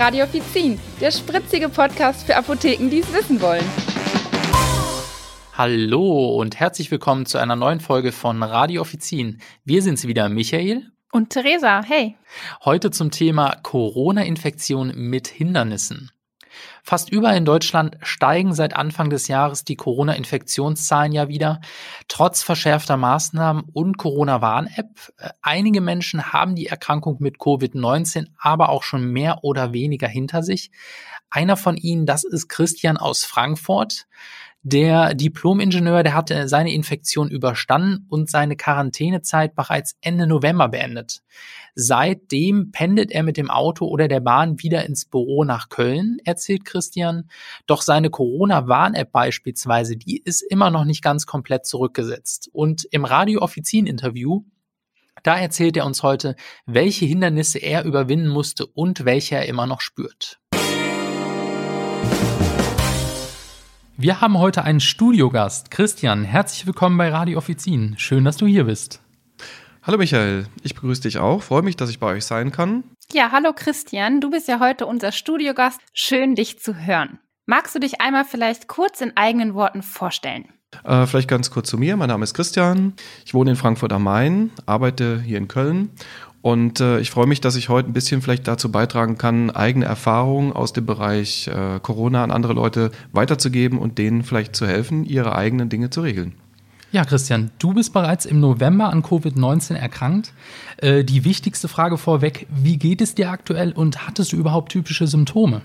Radio Offizin, der spritzige Podcast für Apotheken, die es wissen wollen. Hallo und herzlich willkommen zu einer neuen Folge von Radio Offizin. Wir sind's wieder, Michael und Theresa, hey. Heute zum Thema Corona-Infektion mit Hindernissen. Fast überall in Deutschland steigen seit Anfang des Jahres die Corona-Infektionszahlen ja wieder, trotz verschärfter Maßnahmen und Corona-Warn-App. Einige Menschen haben die Erkrankung mit Covid-19 aber auch schon mehr oder weniger hinter sich. Einer von ihnen, das ist Christian aus Frankfurt. Der Diplom-Ingenieur, der hatte seine Infektion überstanden und seine Quarantänezeit bereits Ende November beendet. Seitdem pendelt er mit dem Auto oder der Bahn wieder ins Büro nach Köln, erzählt Christian. Doch seine Corona-Warn-App beispielsweise, die ist immer noch nicht ganz komplett zurückgesetzt. Und im Radio-Offizin-Interview, da erzählt er uns heute, welche Hindernisse er überwinden musste und welche er immer noch spürt. Wir haben heute einen Studiogast. Christian, herzlich willkommen bei Radio Offizin. Schön, dass du hier bist. Hallo Michael, ich begrüße dich auch. Freue mich, dass ich bei euch sein kann. Ja, hallo Christian, du bist ja heute unser Studiogast. Schön, dich zu hören. Magst du dich einmal vielleicht kurz in eigenen Worten vorstellen? Vielleicht ganz kurz zu mir. Mein Name ist Christian. Ich wohne in Frankfurt am Main, arbeite hier in Köln. Und ich freue mich, dass ich heute ein bisschen vielleicht dazu beitragen kann, eigene Erfahrungen aus dem Bereich Corona an andere Leute weiterzugeben und denen vielleicht zu helfen, ihre eigenen Dinge zu regeln. Ja, Christian, du bist bereits im November an Covid-19 erkrankt. Die wichtigste Frage vorweg, wie geht es dir aktuell und hattest du überhaupt typische Symptome?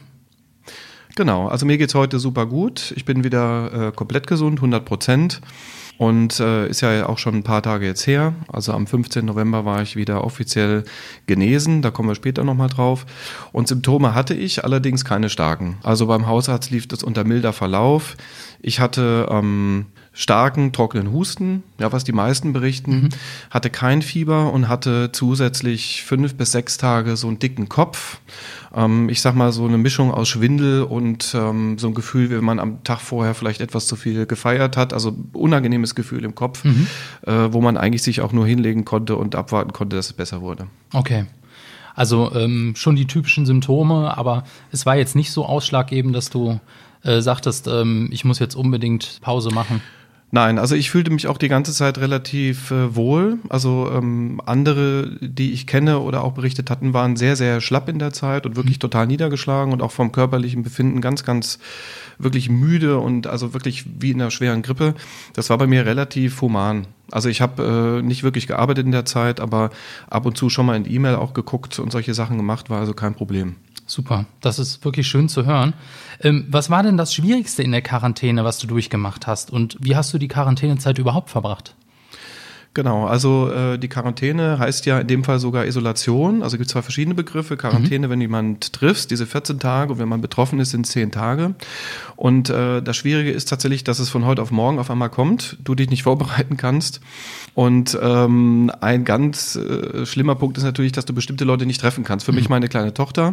Genau, also mir geht's heute super gut. Ich bin wieder komplett gesund, 100%. Und ist ja auch schon ein paar Tage jetzt her. Also am 15. November war ich wieder offiziell genesen. Da kommen wir später nochmal drauf. Und Symptome hatte ich, allerdings keine starken. Also beim Hausarzt lief das unter milder Verlauf. Ich hatte starken, trockenen Husten, ja, was die meisten berichten, hatte kein Fieber und hatte zusätzlich 5 bis 6 Tage so einen dicken Kopf. Ich sag mal so eine Mischung aus Schwindel und so ein Gefühl, wenn man am Tag vorher vielleicht etwas zu viel gefeiert hat, also unangenehmes Gefühl im Kopf, wo man eigentlich sich auch nur hinlegen konnte und abwarten konnte, dass es besser wurde. Okay. Also schon die typischen Symptome, aber es war jetzt nicht so ausschlaggebend, dass du sagtest, ich muss jetzt unbedingt Pause machen. Nein, also ich fühlte mich auch die ganze Zeit relativ wohl. Also andere, die ich kenne oder auch berichtet hatten, waren sehr, sehr schlapp in der Zeit und wirklich total niedergeschlagen und auch vom körperlichen Befinden ganz, ganz wirklich müde und also wirklich wie in einer schweren Grippe. Das war bei mir relativ human. Also ich habe nicht wirklich gearbeitet in der Zeit, aber ab und zu schon mal in die E-Mail auch geguckt und solche Sachen gemacht, war also kein Problem. Super, das ist wirklich schön zu hören. Was war denn das Schwierigste in der Quarantäne, was du durchgemacht hast? Und wie hast du die Quarantänezeit überhaupt verbracht? Genau, also die Quarantäne heißt ja in dem Fall sogar Isolation. Also es gibt 2 verschiedene Begriffe. Quarantäne, wenn jemand triffst, diese 14 Tage, und wenn man betroffen ist, sind 10 Tage. Und das Schwierige ist tatsächlich, dass es von heute auf morgen auf einmal kommt, du dich nicht vorbereiten kannst. Und ein ganz schlimmer Punkt ist natürlich, dass du bestimmte Leute nicht treffen kannst. Für mich meine kleine Tochter.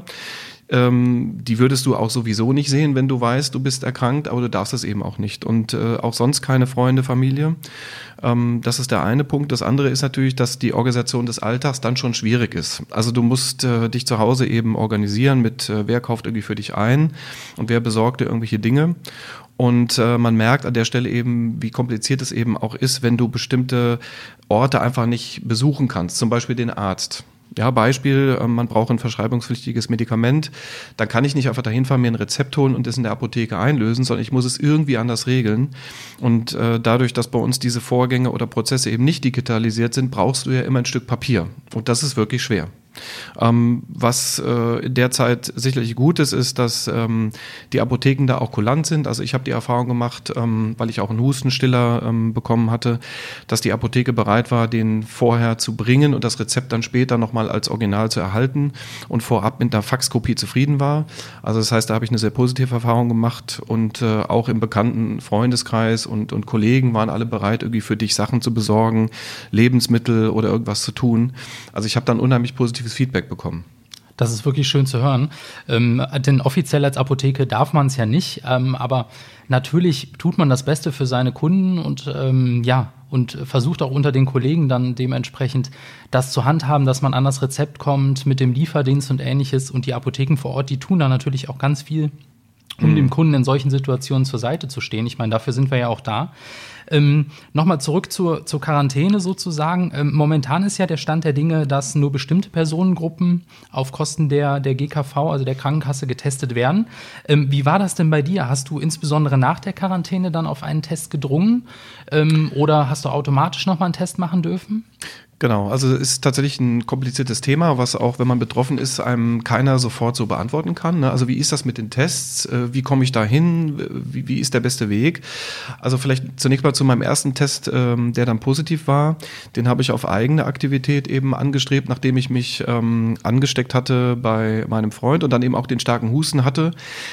Die würdest du auch sowieso nicht sehen, wenn du weißt, du bist erkrankt, aber du darfst es eben auch nicht. Und auch sonst keine Freunde, Familie. Das ist der eine Punkt. Das andere ist natürlich, dass die Organisation des Alltags dann schon schwierig ist. Also du musst dich zu Hause eben organisieren mit, wer kauft irgendwie für dich ein und wer besorgt dir irgendwelche Dinge. Und man merkt an der Stelle eben, wie kompliziert es eben auch ist, wenn du bestimmte Orte einfach nicht besuchen kannst, zum Beispiel den Arzt. Ja, Beispiel, man braucht ein verschreibungspflichtiges Medikament, dann kann ich nicht einfach dahin fahren, mir ein Rezept holen und es in der Apotheke einlösen, sondern ich muss es irgendwie anders regeln. Und dadurch, dass bei uns diese Vorgänge oder Prozesse eben nicht digitalisiert sind, brauchst du ja immer ein Stück Papier. Und das ist wirklich schwer. Was in der Zeit sicherlich gut ist, dass die Apotheken da auch kulant sind. Also ich habe die Erfahrung gemacht, weil ich auch einen Hustenstiller bekommen hatte, dass die Apotheke bereit war, den vorher zu bringen und das Rezept dann später nochmal als Original zu erhalten und vorab mit einer Faxkopie zufrieden war. Also das heißt, da habe ich eine sehr positive Erfahrung gemacht und auch im bekannten Freundeskreis und Kollegen waren alle bereit, irgendwie für dich Sachen zu besorgen, Lebensmittel oder irgendwas zu tun. Also ich habe dann unheimlich positives Feedback bekommen. Das ist wirklich schön zu hören. Denn offiziell als Apotheke darf man es ja nicht. Aber natürlich tut man das Beste für seine Kunden und und versucht auch unter den Kollegen dann dementsprechend das zu handhaben, dass man an das Rezept kommt mit dem Lieferdienst und Ähnliches. Und die Apotheken vor Ort, die tun da natürlich auch ganz viel, um dem Kunden in solchen Situationen zur Seite zu stehen. Ich meine, dafür sind wir ja auch da. Nochmal zurück zur Quarantäne sozusagen. Momentan ist ja der Stand der Dinge, dass nur bestimmte Personengruppen auf Kosten der GKV, also der Krankenkasse, getestet werden. Wie war das denn bei dir? Hast du insbesondere nach der Quarantäne dann auf einen Test gedrungen? Oder hast du automatisch nochmal einen Test machen dürfen? Genau, also es ist tatsächlich ein kompliziertes Thema, was auch, wenn man betroffen ist, einem keiner sofort so beantworten kann. Ne? Also wie ist das mit den Tests? Wie komme ich da hin? Wie ist der beste Weg? Also vielleicht zunächst mal zu meinem ersten Test, der dann positiv war. Den habe ich auf eigene Aktivität eben angestrebt, nachdem ich mich angesteckt hatte bei meinem Freund und dann eben auch den starken Husten hatte.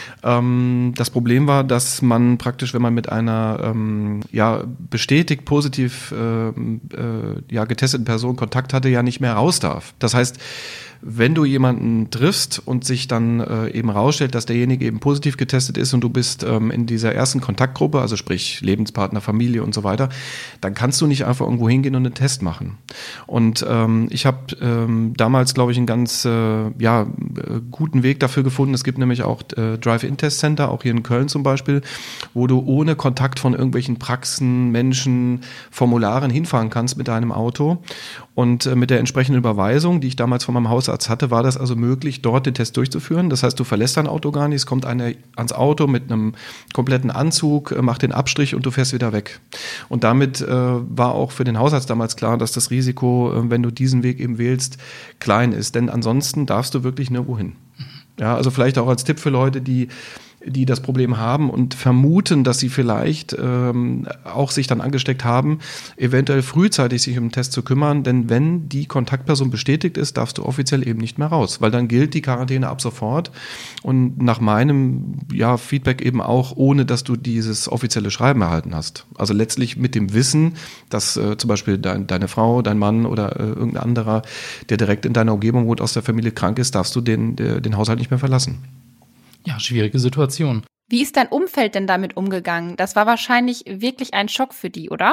Das Problem war, dass man praktisch, wenn man mit einer bestätigt positiv getesteten Person Kontakt hatte, ja nicht mehr raus darf. Das heißt, wenn du jemanden triffst und sich dann eben rausstellt, dass derjenige eben positiv getestet ist und du bist in dieser ersten Kontaktgruppe, also sprich Lebenspartner, Familie und so weiter, dann kannst du nicht einfach irgendwo hingehen und einen Test machen. Und ich habe damals, glaube ich, einen ganz guten Weg dafür gefunden. Es gibt nämlich auch Drive-In-Test-Center, auch hier in Köln zum Beispiel, wo du ohne Kontakt von irgendwelchen Praxen, Menschen, Formularen hinfahren kannst mit deinem Auto. Und mit der entsprechenden Überweisung, die ich damals von meinem Hausarzt hatte, war das also möglich, dort den Test durchzuführen. Das heißt, du verlässt dein Auto gar nicht, es kommt einer ans Auto mit einem kompletten Anzug, macht den Abstrich und du fährst wieder weg. Und damit war auch für den Hausarzt damals klar, dass das Risiko, wenn du diesen Weg eben wählst, klein ist. Denn ansonsten darfst du wirklich nirgendwo hin. Ja, also vielleicht auch als Tipp für Leute, die das Problem haben und vermuten, dass sie vielleicht auch sich dann angesteckt haben, eventuell frühzeitig sich um den Test zu kümmern, denn wenn die Kontaktperson bestätigt ist, darfst du offiziell eben nicht mehr raus, weil dann gilt die Quarantäne ab sofort und nach meinem Feedback eben auch, ohne dass du dieses offizielle Schreiben erhalten hast. Also letztlich mit dem Wissen, dass zum Beispiel deine Frau, dein Mann oder irgendein anderer, der direkt in deiner Umgebung wohnt, aus der Familie krank ist, darfst du den Haushalt nicht mehr verlassen. Ja, schwierige Situation. Wie ist dein Umfeld denn damit umgegangen? Das war wahrscheinlich wirklich ein Schock für die, oder?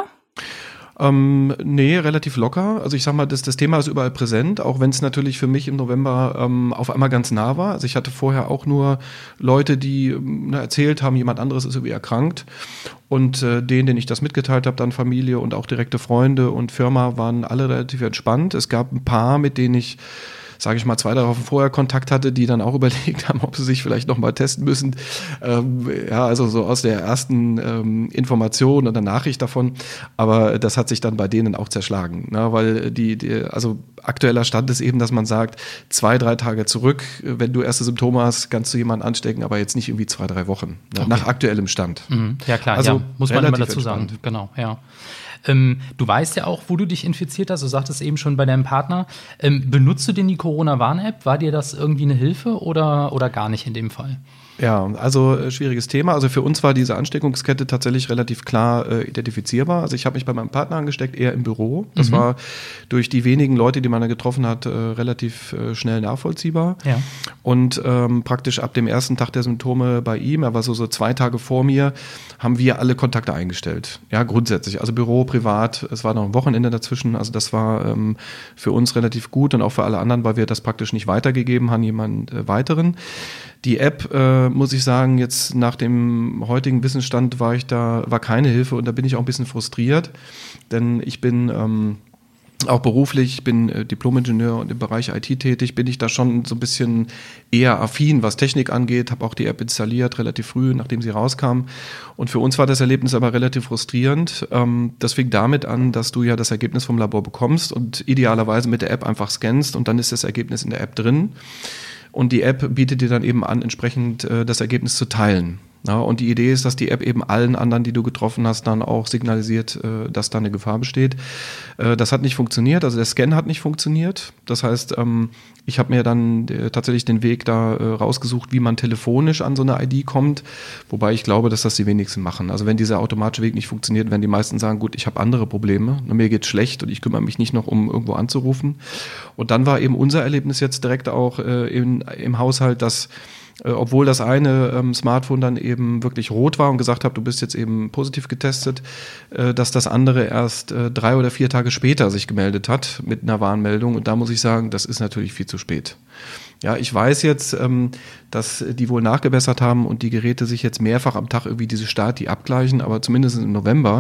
Nee, relativ locker. Also ich sag mal, das Thema ist überall präsent, auch wenn es natürlich für mich im November auf einmal ganz nah war. Also ich hatte vorher auch nur Leute, die erzählt haben, jemand anderes ist irgendwie erkrankt. Und denen ich das mitgeteilt habe, dann Familie und auch direkte Freunde und Firma, waren alle relativ entspannt. Es gab ein paar, mit denen ich, sage ich mal, 2 Wochen vorher Kontakt hatte, die dann auch überlegt haben, ob sie sich vielleicht nochmal testen müssen. Also so aus der ersten Information oder Nachricht davon. Aber das hat sich dann bei denen auch zerschlagen. Ne? Weil also aktueller Stand ist eben, dass man sagt, 2-3 Tage zurück, wenn du erste Symptome hast, kannst du jemanden anstecken, aber jetzt nicht irgendwie 2-3 Wochen. Ne? Okay. Nach aktuellem Stand. Mhm. Ja klar, also muss man immer dazu sagen. Genau, ja. Du weißt ja auch, wo du dich infiziert hast. Du sagtest eben schon bei deinem Partner. Benutzt du denn die Corona-Warn-App? War dir das irgendwie eine Hilfe oder gar nicht in dem Fall? Ja, also schwieriges Thema. Also für uns war diese Ansteckungskette tatsächlich relativ klar identifizierbar. Also ich habe mich bei meinem Partner angesteckt, eher im Büro. Das war durch die wenigen Leute, die man da getroffen hat, relativ schnell nachvollziehbar. Ja. Und praktisch ab dem ersten Tag der Symptome bei ihm, er war so 2 Tage vor mir, haben wir alle Kontakte eingestellt. Ja, grundsätzlich. Also Büro, privat, es war noch ein Wochenende dazwischen. Also das war für uns relativ gut und auch für alle anderen, weil wir das praktisch nicht weitergegeben haben, jemand weiteren. Die App, muss ich sagen, jetzt nach dem heutigen Wissensstand war keine Hilfe und da bin ich auch ein bisschen frustriert, denn ich bin auch beruflich, ich bin Diplom-Ingenieur und im Bereich IT tätig, bin ich da schon so ein bisschen eher affin, was Technik angeht, habe auch die App installiert, relativ früh, nachdem sie rauskam. Und für uns war das Erlebnis aber relativ frustrierend. Das fing damit an, dass du ja das Ergebnis vom Labor bekommst und idealerweise mit der App einfach scannst und dann ist das Ergebnis in der App drin. Und die App bietet dir dann eben an, entsprechend das Ergebnis zu teilen. Ja, und die Idee ist, dass die App eben allen anderen, die du getroffen hast, dann auch signalisiert, dass da eine Gefahr besteht. Das hat nicht funktioniert, also der Scan hat nicht funktioniert. Das heißt, ich habe mir dann tatsächlich den Weg da rausgesucht, wie man telefonisch an so eine ID kommt, wobei ich glaube, dass das die wenigsten machen. Also wenn dieser automatische Weg nicht funktioniert, werden die meisten sagen, gut, ich habe andere Probleme, mir geht's schlecht und ich kümmere mich nicht noch um irgendwo anzurufen. Und dann war eben unser Erlebnis jetzt direkt auch im Haushalt, dass obwohl das eine Smartphone dann eben wirklich rot war und gesagt hat, du bist jetzt eben positiv getestet, dass das andere erst 3 oder 4 Tage später sich gemeldet hat mit einer Warnmeldung. Und da muss ich sagen, das ist natürlich viel zu spät. Ja, ich weiß jetzt, dass die wohl nachgebessert haben und die Geräte sich jetzt mehrfach am Tag irgendwie diese Stati abgleichen, aber zumindest im November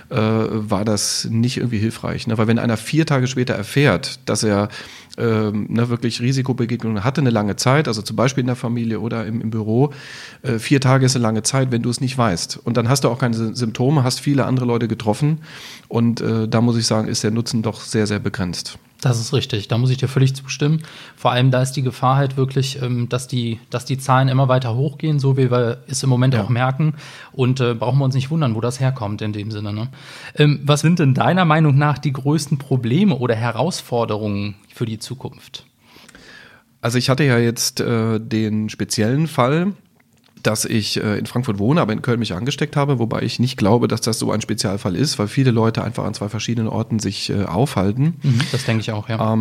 war das nicht irgendwie hilfreich. Ne? Weil wenn einer 4 Tage später erfährt, dass er wirklich Risikobegegnungen hatte eine lange Zeit, also zum Beispiel in der Familie oder im Büro, 4 Tage ist eine lange Zeit, wenn du es nicht weißt. Und dann hast du auch keine Symptome, hast viele andere Leute getroffen und da muss ich sagen, ist der Nutzen doch sehr, sehr begrenzt. Das ist richtig, da muss ich dir völlig zustimmen. Vor allem, da ist die Gefahr halt wirklich, dass die Zahlen immer weiter hochgehen, so wie wir es im Moment auch merken. Und brauchen wir uns nicht wundern, wo das herkommt in dem Sinne. Ne? Was sind denn deiner Meinung nach die größten Probleme oder Herausforderungen für die Zukunft? Also ich hatte ja jetzt den speziellen Fall, dass ich in Frankfurt wohne, aber in Köln mich angesteckt habe, wobei ich nicht glaube, dass das so ein Spezialfall ist, weil viele Leute einfach an 2 verschiedenen Orten sich aufhalten. Das denke ich auch, ja.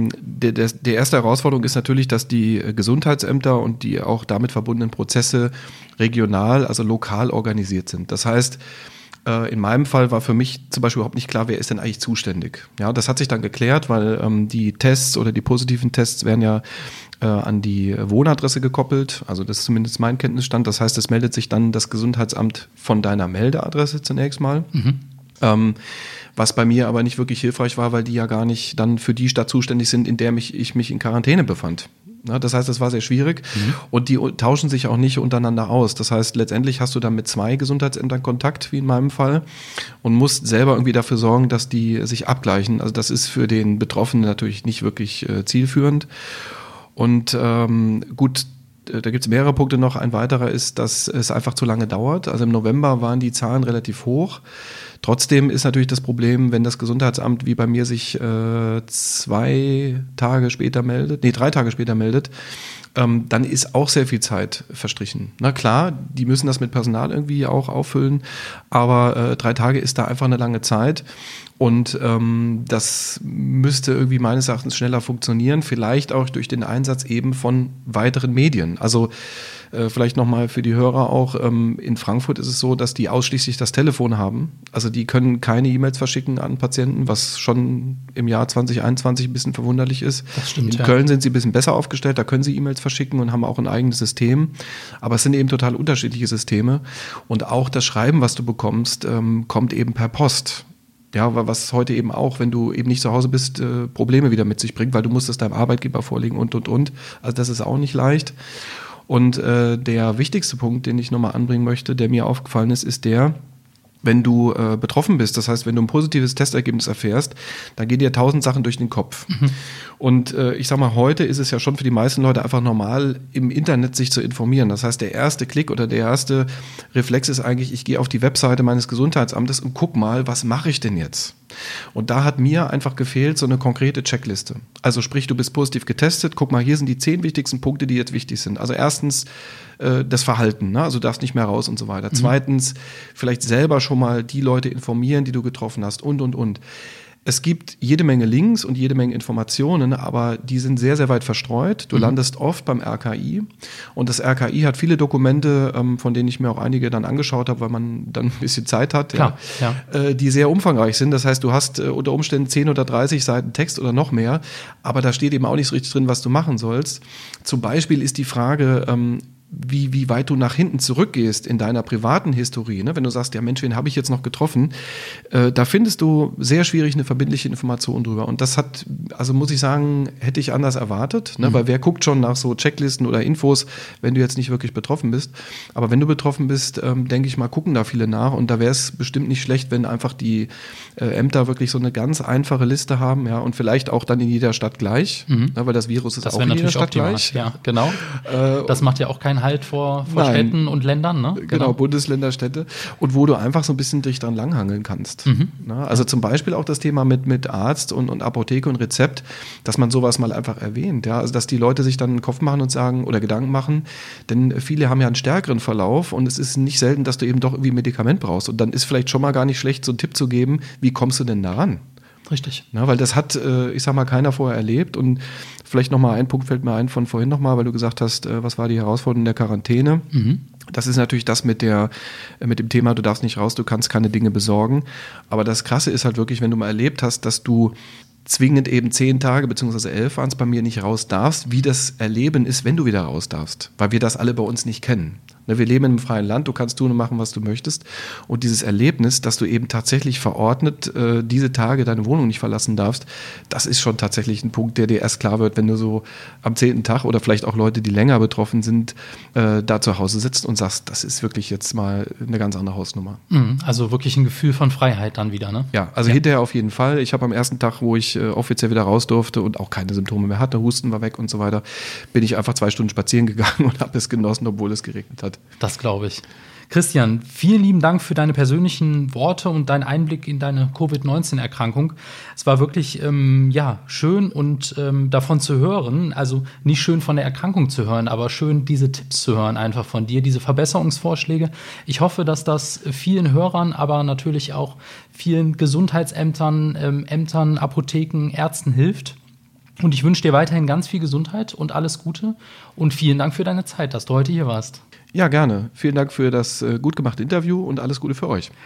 Die erste Herausforderung ist natürlich, dass die Gesundheitsämter und die auch damit verbundenen Prozesse regional, also lokal organisiert sind. Das heißt, in meinem Fall war für mich zum Beispiel überhaupt nicht klar, wer ist denn eigentlich zuständig. Ja, das hat sich dann geklärt, weil die Tests oder die positiven Tests werden ja an die Wohnadresse gekoppelt. Also das ist zumindest mein Kenntnisstand. Das heißt, es meldet sich dann das Gesundheitsamt von deiner Meldeadresse zunächst mal. Was bei mir aber nicht wirklich hilfreich war, weil die ja gar nicht dann für die Stadt zuständig sind, in der ich mich in Quarantäne befand. Ja, das heißt, das war sehr schwierig und die tauschen sich auch nicht untereinander aus. Das heißt, letztendlich hast du dann mit 2 Gesundheitsämtern Kontakt, wie in meinem Fall, und musst selber irgendwie dafür sorgen, dass die sich abgleichen. Also das ist für den Betroffenen natürlich nicht wirklich zielführend. Und gut, da gibt es mehrere Punkte noch. Ein weiterer ist, dass es einfach zu lange dauert. Also im November waren die Zahlen relativ hoch. Trotzdem ist natürlich das Problem, wenn das Gesundheitsamt wie bei mir sich 3 Tage später meldet, dann ist auch sehr viel Zeit verstrichen. Na klar, die müssen das mit Personal irgendwie auch auffüllen, aber 3 Tage ist da einfach eine lange Zeit. Und das müsste irgendwie meines Erachtens schneller funktionieren, vielleicht auch durch den Einsatz eben von weiteren Medien. Also vielleicht nochmal für die Hörer auch, in Frankfurt ist es so, dass die ausschließlich das Telefon haben. Also die können keine E-Mails verschicken an Patienten, was schon im Jahr 2021 ein bisschen verwunderlich ist. Das stimmt, in Köln sind sie ein bisschen besser aufgestellt, da können sie E-Mails verschicken und haben auch ein eigenes System. Aber es sind eben total unterschiedliche Systeme. Und auch das Schreiben, was du bekommst, kommt eben per Post. Ja, was heute eben auch, wenn du eben nicht zu Hause bist, Probleme wieder mit sich bringt, weil du musst es deinem Arbeitgeber vorlegen und. Also das ist auch nicht leicht. Und der wichtigste Punkt, den ich nochmal anbringen möchte, der mir aufgefallen ist, ist der, wenn du betroffen bist, das heißt, wenn du ein positives Testergebnis erfährst, dann gehen dir 1000 Sachen durch den Kopf. Und ich sag mal, heute ist es ja schon für die meisten Leute einfach normal, im Internet sich zu informieren. Das heißt, der erste Klick oder der erste Reflex ist eigentlich, ich gehe auf die Webseite meines Gesundheitsamtes und guck mal, was mache ich denn jetzt? Und da hat mir einfach gefehlt so eine konkrete Checkliste. Also sprich, du bist positiv getestet, guck mal, hier sind die 10 wichtigsten Punkte, die jetzt wichtig sind. Also erstens das Verhalten, ne? Also du darfst nicht mehr raus und so weiter. Zweitens, vielleicht selber schon mal die Leute informieren, die du getroffen hast und. Es gibt jede Menge Links und jede Menge Informationen, aber die sind sehr, sehr weit verstreut. Du landest oft beim RKI und das RKI hat viele Dokumente, von denen ich mir auch einige dann angeschaut habe, weil man dann ein bisschen Zeit hat, Klar, die sehr umfangreich sind. Das heißt, du hast unter Umständen 10 oder 30 Seiten Text oder noch mehr, aber da steht eben auch nicht so richtig drin, was du machen sollst. Zum Beispiel ist die Frage, wie weit du nach hinten zurückgehst in deiner privaten Historie, ne? Wenn du sagst, ja Mensch, wen habe ich jetzt noch getroffen, da findest du sehr schwierig eine verbindliche Information drüber. Und das hat, also muss ich sagen, hätte ich anders erwartet, ne? Weil wer guckt schon nach so Checklisten oder Infos, wenn du jetzt nicht wirklich betroffen bist. Aber wenn du betroffen bist, denke ich mal, gucken da viele nach. Und da wäre es bestimmt nicht schlecht, wenn einfach die Ämter wirklich so eine ganz einfache Liste haben, ja, und vielleicht auch dann in jeder Stadt gleich, ne? Weil das Virus ist das auch in jeder natürlich Stadt optimal. gleich. Ja, genau. Das macht ja auch keinen keinen Halt vor Nein. Städten und Ländern, ne? Genau, Bundesländer, Städte. Und wo du einfach so ein bisschen dich dran langhangeln kannst. Na, also zum Beispiel auch das Thema mit Arzt und Apotheke und Rezept, dass man sowas mal einfach erwähnt. Ja? Also dass die Leute sich dann einen Kopf machen und sagen oder Gedanken machen, denn viele haben ja einen stärkeren Verlauf und es ist nicht selten, dass du eben doch irgendwie ein Medikament brauchst. Und dann ist vielleicht schon mal gar nicht schlecht, so einen Tipp zu geben, wie kommst du denn daran? Richtig. Na, weil das hat, ich sag mal, keiner vorher erlebt. Und vielleicht nochmal ein Punkt fällt mir ein von vorhin nochmal, weil du gesagt hast, was war die Herausforderung in der Quarantäne? Das ist natürlich das mit dem Thema, du darfst nicht raus, du kannst keine Dinge besorgen. Aber das Krasse ist halt wirklich, wenn du mal erlebt hast, dass du zwingend eben 10 Tage, beziehungsweise 11 waren es bei mir, nicht raus darfst, wie das Erleben ist, wenn du wieder raus darfst. Weil wir das alle bei uns nicht kennen. Wir leben in einem freien Land, du kannst tun und machen, was du möchtest. Und dieses Erlebnis, dass du eben tatsächlich verordnet diese Tage deine Wohnung nicht verlassen darfst, das ist schon tatsächlich ein Punkt, der dir erst klar wird, wenn du so am 10. Tag oder vielleicht auch Leute, die länger betroffen sind, da zu Hause sitzt und sagst, das ist wirklich jetzt mal eine ganz andere Hausnummer. Also wirklich ein Gefühl von Freiheit dann wieder, ne? Ja, also hinterher auf jeden Fall. Ich habe am ersten Tag, wo ich offiziell wieder raus durfte und auch keine Symptome mehr hatte, Husten war weg und so weiter, bin ich einfach 2 Stunden spazieren gegangen und habe es genossen, obwohl es geregnet hat. Das glaube ich. Christian, vielen lieben Dank für deine persönlichen Worte und deinen Einblick in deine Covid-19-Erkrankung. Es war wirklich schön und davon zu hören, also nicht schön von der Erkrankung zu hören, aber schön diese Tipps zu hören einfach von dir, diese Verbesserungsvorschläge. Ich hoffe, dass das vielen Hörern, aber natürlich auch vielen Gesundheitsämtern, Ämtern, Apotheken, Ärzten hilft. Und ich wünsche dir weiterhin ganz viel Gesundheit und alles Gute. Und vielen Dank für deine Zeit, dass du heute hier warst. Ja, gerne. Vielen Dank für das gut gemachte Interview und alles Gute für euch.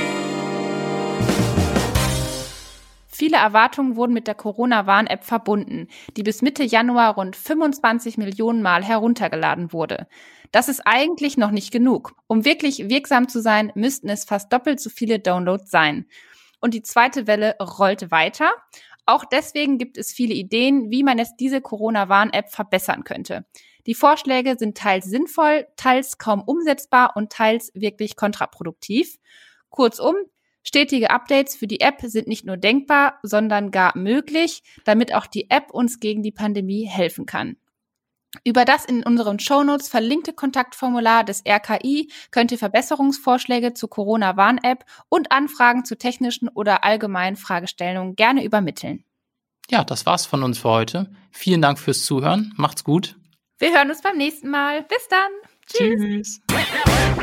Viele Erwartungen wurden mit der Corona-Warn-App verbunden, die bis Mitte Januar rund 25 Millionen Mal heruntergeladen wurde. Das ist eigentlich noch nicht genug. Um wirklich wirksam zu sein, müssten es fast doppelt so viele Downloads sein. Und die zweite Welle rollte weiter. Auch deswegen gibt es viele Ideen, wie man jetzt diese Corona-Warn-App verbessern könnte. Die Vorschläge sind teils sinnvoll, teils kaum umsetzbar und teils wirklich kontraproduktiv. Kurzum, stetige Updates für die App sind nicht nur denkbar, sondern gar möglich, damit auch die App uns gegen die Pandemie helfen kann. Über das in unseren Shownotes verlinkte Kontaktformular des RKI könnt ihr Verbesserungsvorschläge zur Corona-Warn-App und Anfragen zu technischen oder allgemeinen Fragestellungen gerne übermitteln. Ja, das war's von uns für heute. Vielen Dank fürs Zuhören. Macht's gut. Wir hören uns beim nächsten Mal. Bis dann. Tschüss. Tschüss.